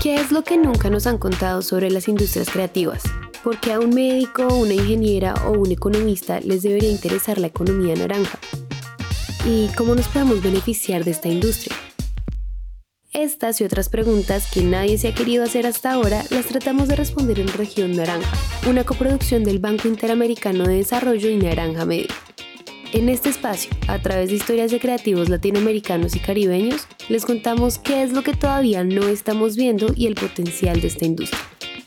¿Qué es lo que nunca nos han contado sobre las industrias creativas? ¿Por qué a un médico, una ingeniera o un economista les debería interesar la economía naranja? ¿Y cómo nos podemos beneficiar de esta industria? Estas y otras preguntas que nadie se ha querido hacer hasta ahora las tratamos de responder en Región Naranja, una coproducción del Banco Interamericano de Desarrollo y Naranja Media. En este espacio, a través de historias de creativos latinoamericanos y caribeños, les contamos qué es lo que todavía no estamos viendo y el potencial de esta industria.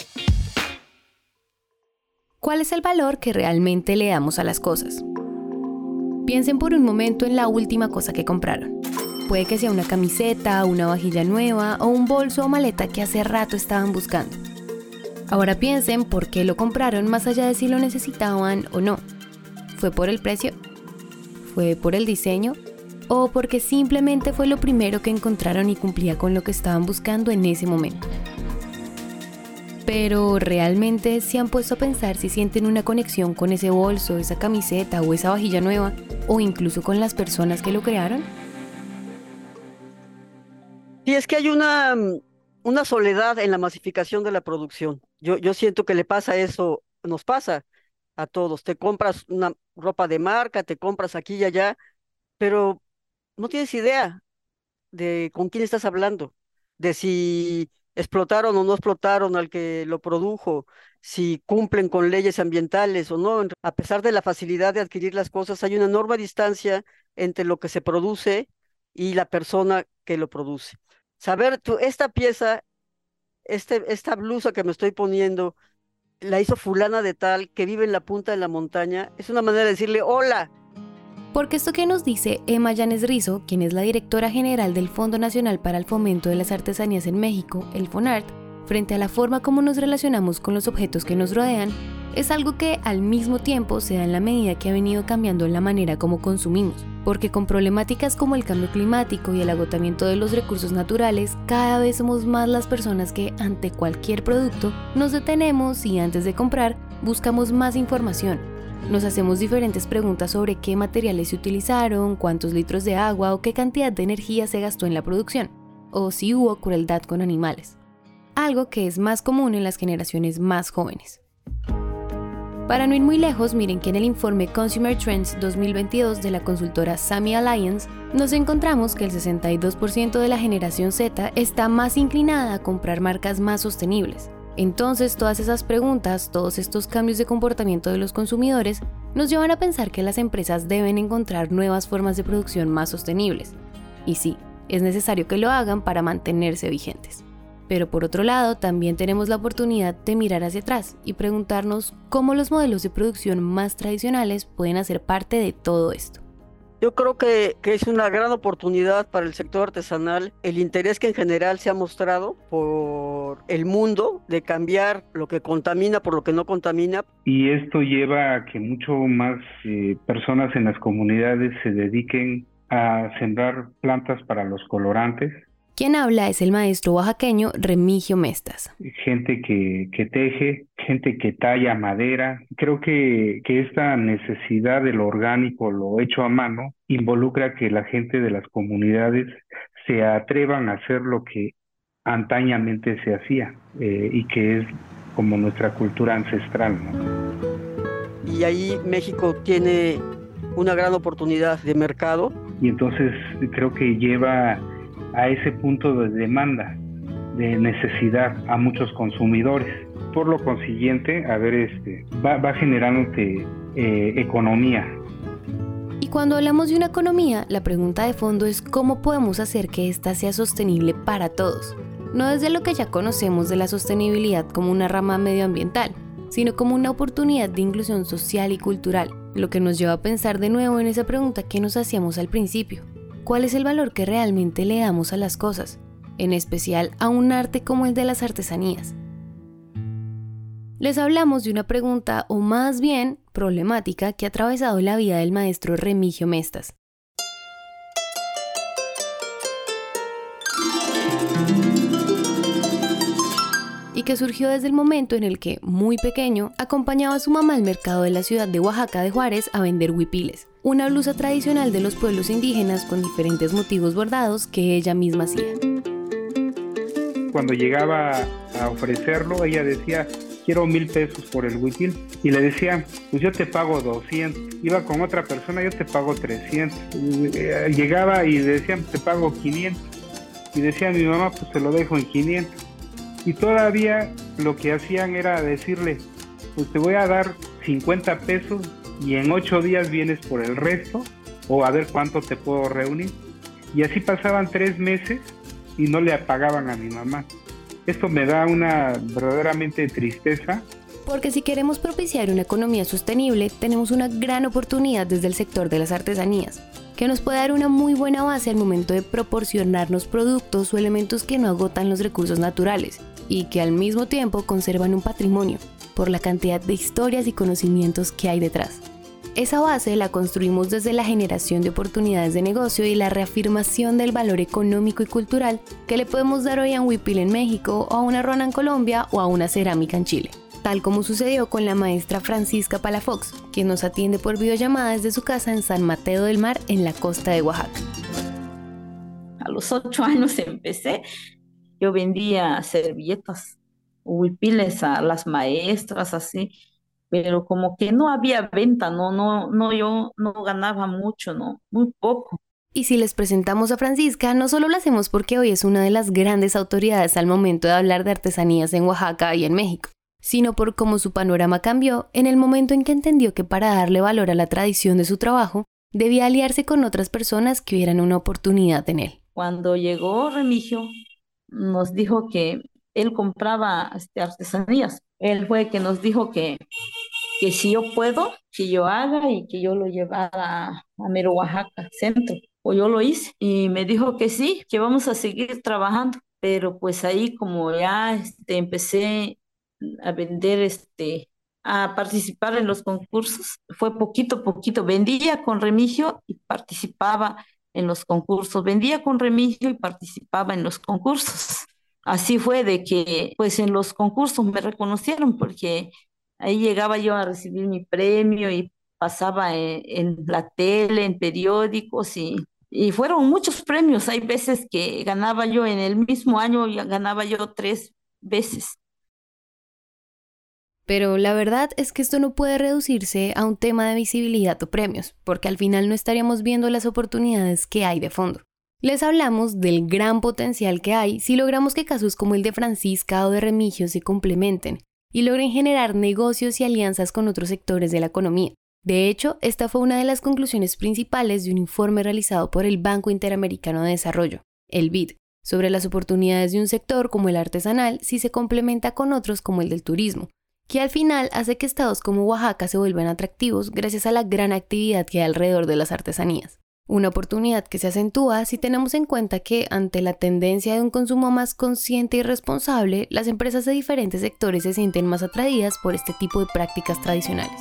¿Cuál es el valor que realmente le damos a las cosas? Piensen por un momento en la última cosa que compraron. Puede que sea una camiseta, una vajilla nueva o un bolso o maleta que hace rato estaban buscando. Ahora piensen por qué lo compraron más allá de si lo necesitaban o no. ¿Fue por el precio? ¿Fue por el diseño? ¿O porque simplemente fue lo primero que encontraron y cumplía con lo que estaban buscando en ese momento? Pero ¿realmente se han puesto a pensar si sienten una conexión con ese bolso, esa camiseta o esa vajilla nueva? ¿O incluso con las personas que lo crearon? Sí, es que hay una soledad en la masificación de la producción. Yo siento que le pasa eso, nos pasa a todos. Te compras una ropa de marca, te compras aquí y allá, pero no tienes idea de con quién estás hablando, de si explotaron o no explotaron al que lo produjo, si cumplen con leyes ambientales o no. A pesar de la facilidad de adquirir las cosas, hay una enorme distancia entre lo que se produce y la persona que lo produce. Saber, esta pieza, esta blusa que me estoy poniendo, la hizo fulana de tal que vive en la punta de la montaña, es una manera de decirle hola. Porque esto que nos dice Emma Llanes Rizo, quien es la directora general del Fondo Nacional para el Fomento de las Artesanías en México, el FONART, frente a la forma como nos relacionamos con los objetos que nos rodean, es algo que al mismo tiempo se da en la medida que ha venido cambiando la manera como consumimos, porque con problemáticas como el cambio climático y el agotamiento de los recursos naturales, cada vez somos más las personas que ante cualquier producto nos detenemos y antes de comprar buscamos más información. Nos hacemos diferentes preguntas sobre qué materiales se utilizaron, cuántos litros de agua o qué cantidad de energía se gastó en la producción, o si hubo crueldad con animales. Algo que es más común en las generaciones más jóvenes. Para no ir muy lejos, miren que en el informe Consumer Trends 2022 de la consultora Sami Alliance, nos encontramos que el 62% de la generación Z está más inclinada a comprar marcas más sostenibles. Entonces, todas esas preguntas, todos estos cambios de comportamiento de los consumidores, nos llevan a pensar que las empresas deben encontrar nuevas formas de producción más sostenibles. Y sí, es necesario que lo hagan para mantenerse vigentes. Pero por otro lado, también tenemos la oportunidad de mirar hacia atrás y preguntarnos cómo los modelos de producción más tradicionales pueden hacer parte de todo esto. Yo creo que es una gran oportunidad para el sector artesanal, el interés que en general se ha mostrado por el mundo de cambiar lo que contamina por lo que no contamina. Y esto lleva a que mucho más personas en las comunidades se dediquen a sembrar plantas para los colorantes. Quien habla es el maestro oaxaqueño Remigio Mestas. Gente que teje, gente que talla madera. Creo que esta necesidad de lo orgánico, lo hecho a mano, involucra que la gente de las comunidades se atrevan a hacer lo que antañamente se hacía y que es como nuestra cultura ancestral, ¿no? Y ahí México tiene una gran oportunidad de mercado. Y entonces creo que lleva a ese punto de demanda, de necesidad a muchos consumidores. Por lo consiguiente, va generándote economía. Y cuando hablamos de una economía, la pregunta de fondo es cómo podemos hacer que ésta sea sostenible para todos. No desde lo que ya conocemos de la sostenibilidad como una rama medioambiental, sino como una oportunidad de inclusión social y cultural, lo que nos lleva a pensar de nuevo en esa pregunta que nos hacíamos al principio. ¿Cuál es el valor que realmente le damos a las cosas, en especial a un arte como el de las artesanías? Les hablamos de una pregunta, o más bien problemática, que ha atravesado la vida del maestro Remigio Mestas. Y que surgió desde el momento en el que, muy pequeño, acompañaba a su mamá al mercado de la ciudad de Oaxaca de Juárez a vender huipiles, una blusa tradicional de los pueblos indígenas con diferentes motivos bordados que ella misma hacía. cuando llegaba a ofrecerlo, ella decía, quiero 1,000 pesos por el huipil. Y le decía, pues yo te pago 200. Iba con otra persona, yo te pago 300. Llegaba y decían, te pago 500. Y decía mi mamá, pues te lo dejo en 500. Y todavía lo que hacían era decirle, pues te voy a dar 50 pesos y en 8 días vienes por el resto, o a ver cuánto te puedo reunir. Y así pasaban 3 meses y no le pagaban a mi mamá. Esto me da una verdaderamente tristeza. Porque si queremos propiciar una economía sostenible, tenemos una gran oportunidad desde el sector de las artesanías, que nos puede dar una muy buena base al momento de proporcionarnos productos o elementos que no agotan los recursos naturales y que al mismo tiempo conservan un patrimonio por la cantidad de historias y conocimientos que hay detrás. Esa base la construimos desde la generación de oportunidades de negocio y la reafirmación del valor económico y cultural que le podemos dar hoy a un huipil en México, o a una rona en Colombia, o a una cerámica en Chile. Tal como sucedió con la maestra Francisca Palafox, quien nos atiende por videollamada desde su casa en San Mateo del Mar, en la costa de Oaxaca. A los 8 años empecé, yo vendía servilletas, huipiles a las maestras, así, pero como que no había venta, yo no ganaba mucho, no, muy poco. Y si les presentamos a Francisca, no solo lo hacemos porque hoy es una de las grandes autoridades al momento de hablar de artesanías en Oaxaca y en México, sino por cómo su panorama cambió en el momento en que entendió que para darle valor a la tradición de su trabajo, debía aliarse con otras personas que vieran una oportunidad en él. Cuando llegó Remigio, nos dijo que él compraba artesanías. Él fue el que nos dijo que si yo puedo, que yo haga y que yo lo llevara a Mero Oaxaca, centro. O yo lo hice y me dijo que sí, que vamos a seguir trabajando. Pero pues ahí como ya empecé a vender, a participar en los concursos, fue poquito a poquito. Vendía con Remigio y participaba en los concursos. Vendía con Remigio y participaba en los concursos. Así fue de que pues en los concursos me reconocieron porque ahí llegaba yo a recibir mi premio y pasaba en la tele, en periódicos y fueron muchos premios. Hay veces que ganaba yo en el mismo año, y ganaba yo 3 veces. Pero la verdad es que esto no puede reducirse a un tema de visibilidad o premios, porque al final no estaríamos viendo las oportunidades que hay de fondo. Les hablamos del gran potencial que hay si logramos que casos como el de Francisca o de Remigio se complementen y logren generar negocios y alianzas con otros sectores de la economía. De hecho, esta fue una de las conclusiones principales de un informe realizado por el Banco Interamericano de Desarrollo, el BID, sobre las oportunidades de un sector como el artesanal si se complementa con otros como el del turismo, que al final hace que estados como Oaxaca se vuelvan atractivos gracias a la gran actividad que hay alrededor de las artesanías. Una oportunidad que se acentúa si tenemos en cuenta que, ante la tendencia de un consumo más consciente y responsable, las empresas de diferentes sectores se sienten más atraídas por este tipo de prácticas tradicionales.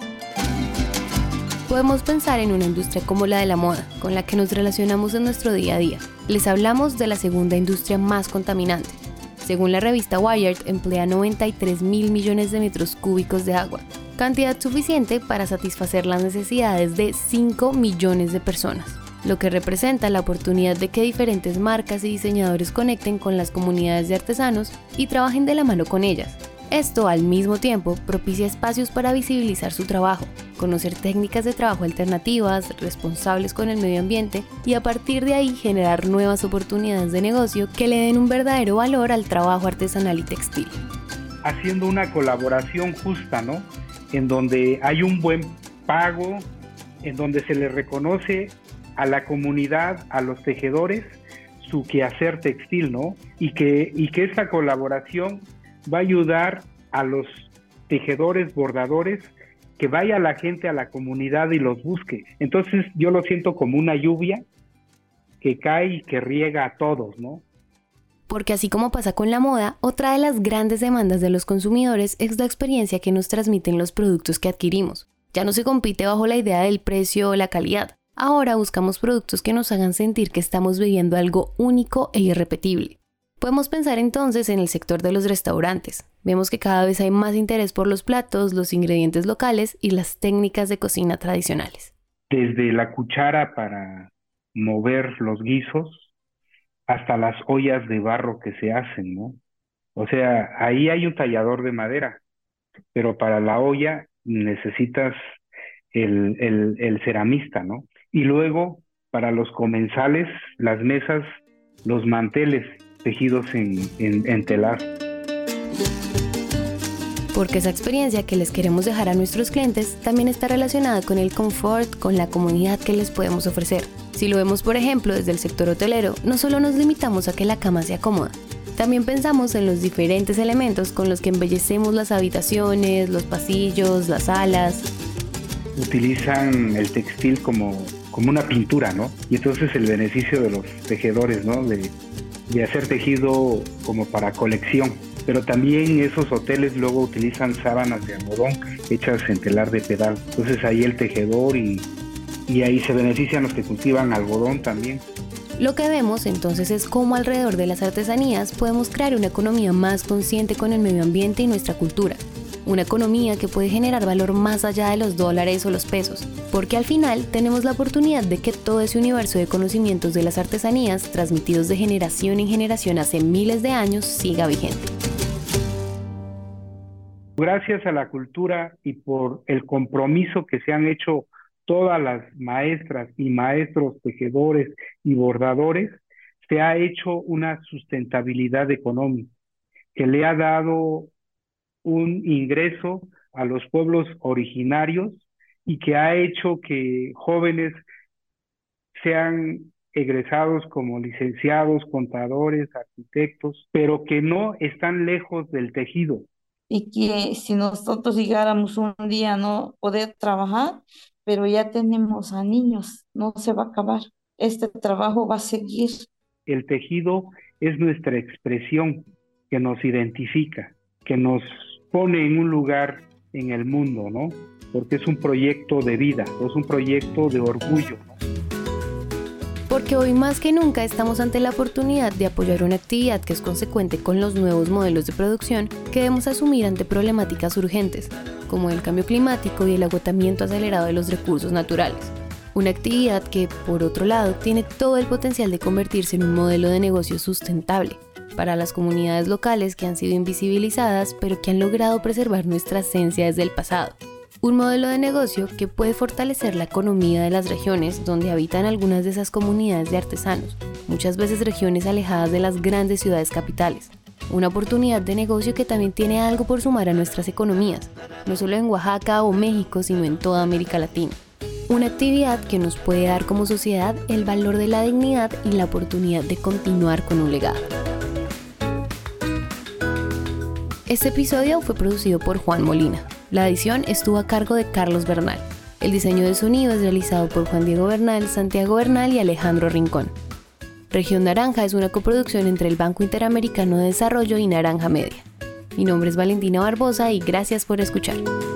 Podemos pensar en una industria como la de la moda, con la que nos relacionamos en nuestro día a día. Les hablamos de la segunda industria más contaminante. Según la revista Wired, emplea 93.000 millones de metros cúbicos de agua, cantidad suficiente para satisfacer las necesidades de 5 millones de personas, lo que representa la oportunidad de que diferentes marcas y diseñadores conecten con las comunidades de artesanos y trabajen de la mano con ellas. Esto, al mismo tiempo, propicia espacios para visibilizar su trabajo, conocer técnicas de trabajo alternativas, responsables con el medio ambiente y a partir de ahí generar nuevas oportunidades de negocio que le den un verdadero valor al trabajo artesanal y textil. Haciendo una colaboración justa, ¿no? En donde hay un buen pago, en donde se le reconoce a la comunidad, a los tejedores, su quehacer textil, ¿no? Y que esta colaboración va a ayudar a los tejedores, bordadores, que vaya la gente a la comunidad y los busque. Entonces yo lo siento como una lluvia que cae y que riega a todos, ¿no? Porque así como pasa con la moda, otra de las grandes demandas de los consumidores es la experiencia que nos transmiten los productos que adquirimos. Ya no se compite bajo la idea del precio o la calidad. Ahora buscamos productos que nos hagan sentir que estamos viviendo algo único e irrepetible. Podemos pensar entonces en el sector de los restaurantes. Vemos que cada vez hay más interés por los platos, los ingredientes locales y las técnicas de cocina tradicionales. Desde la cuchara para mover los guisos hasta las ollas de barro que se hacen, ¿no? O sea, ahí hay un tallador de madera, pero para la olla necesitas el ceramista, ¿no? Y luego, para los comensales, las mesas, los manteles tejidos en telar. Porque esa experiencia que les queremos dejar a nuestros clientes también está relacionada con el confort, con la comodidad que les podemos ofrecer. Si lo vemos, por ejemplo, desde el sector hotelero, no solo nos limitamos a que la cama sea cómoda, también pensamos en los diferentes elementos con los que embellecemos las habitaciones, los pasillos, las salas. Utilizan el textil como una pintura, ¿no? Y entonces el beneficio de los tejedores, ¿no? De hacer tejido como para colección. Pero también esos hoteles luego utilizan sábanas de algodón hechas en telar de pedal. Entonces ahí el tejedor y ahí se benefician los que cultivan algodón también. Lo que vemos entonces es cómo alrededor de las artesanías podemos crear una economía más consciente con el medio ambiente y nuestra cultura. Una economía que puede generar valor más allá de los dólares o los pesos, porque al final tenemos la oportunidad de que todo ese universo de conocimientos de las artesanías, transmitidos de generación en generación hace miles de años, siga vigente. Gracias a la cultura y por el compromiso que se han hecho todas las maestras y maestros tejedores y bordadores, se ha hecho una sustentabilidad económica que le ha dado un ingreso a los pueblos originarios y que ha hecho que jóvenes sean egresados como licenciados, contadores, arquitectos, pero que no están lejos del tejido. Y que si nosotros llegáramos un día a no poder trabajar, pero ya tenemos a niños, no se va a acabar. Este trabajo va a seguir. El tejido es nuestra expresión que nos identifica, que nos pone en un lugar en el mundo, ¿no? Porque es un proyecto de vida, es un proyecto de orgullo, ¿no? Porque hoy más que nunca estamos ante la oportunidad de apoyar una actividad que es consecuente con los nuevos modelos de producción que debemos asumir ante problemáticas urgentes, como el cambio climático y el agotamiento acelerado de los recursos naturales. Una actividad que, por otro lado, tiene todo el potencial de convertirse en un modelo de negocio sustentable para las comunidades locales que han sido invisibilizadas, pero que han logrado preservar nuestra esencia desde el pasado. Un modelo de negocio que puede fortalecer la economía de las regiones donde habitan algunas de esas comunidades de artesanos, muchas veces regiones alejadas de las grandes ciudades capitales. Una oportunidad de negocio que también tiene algo por sumar a nuestras economías, no solo en Oaxaca o México, sino en toda América Latina. Una actividad que nos puede dar como sociedad el valor de la dignidad y la oportunidad de continuar con un legado. Este episodio fue producido por Juan Molina. La edición estuvo a cargo de Carlos Bernal. El diseño de sonido es realizado por Juan Diego Bernal, Santiago Bernal y Alejandro Rincón. Región Naranja es una coproducción entre el Banco Interamericano de Desarrollo y Naranja Media. Mi nombre es Valentina Barbosa y gracias por escuchar.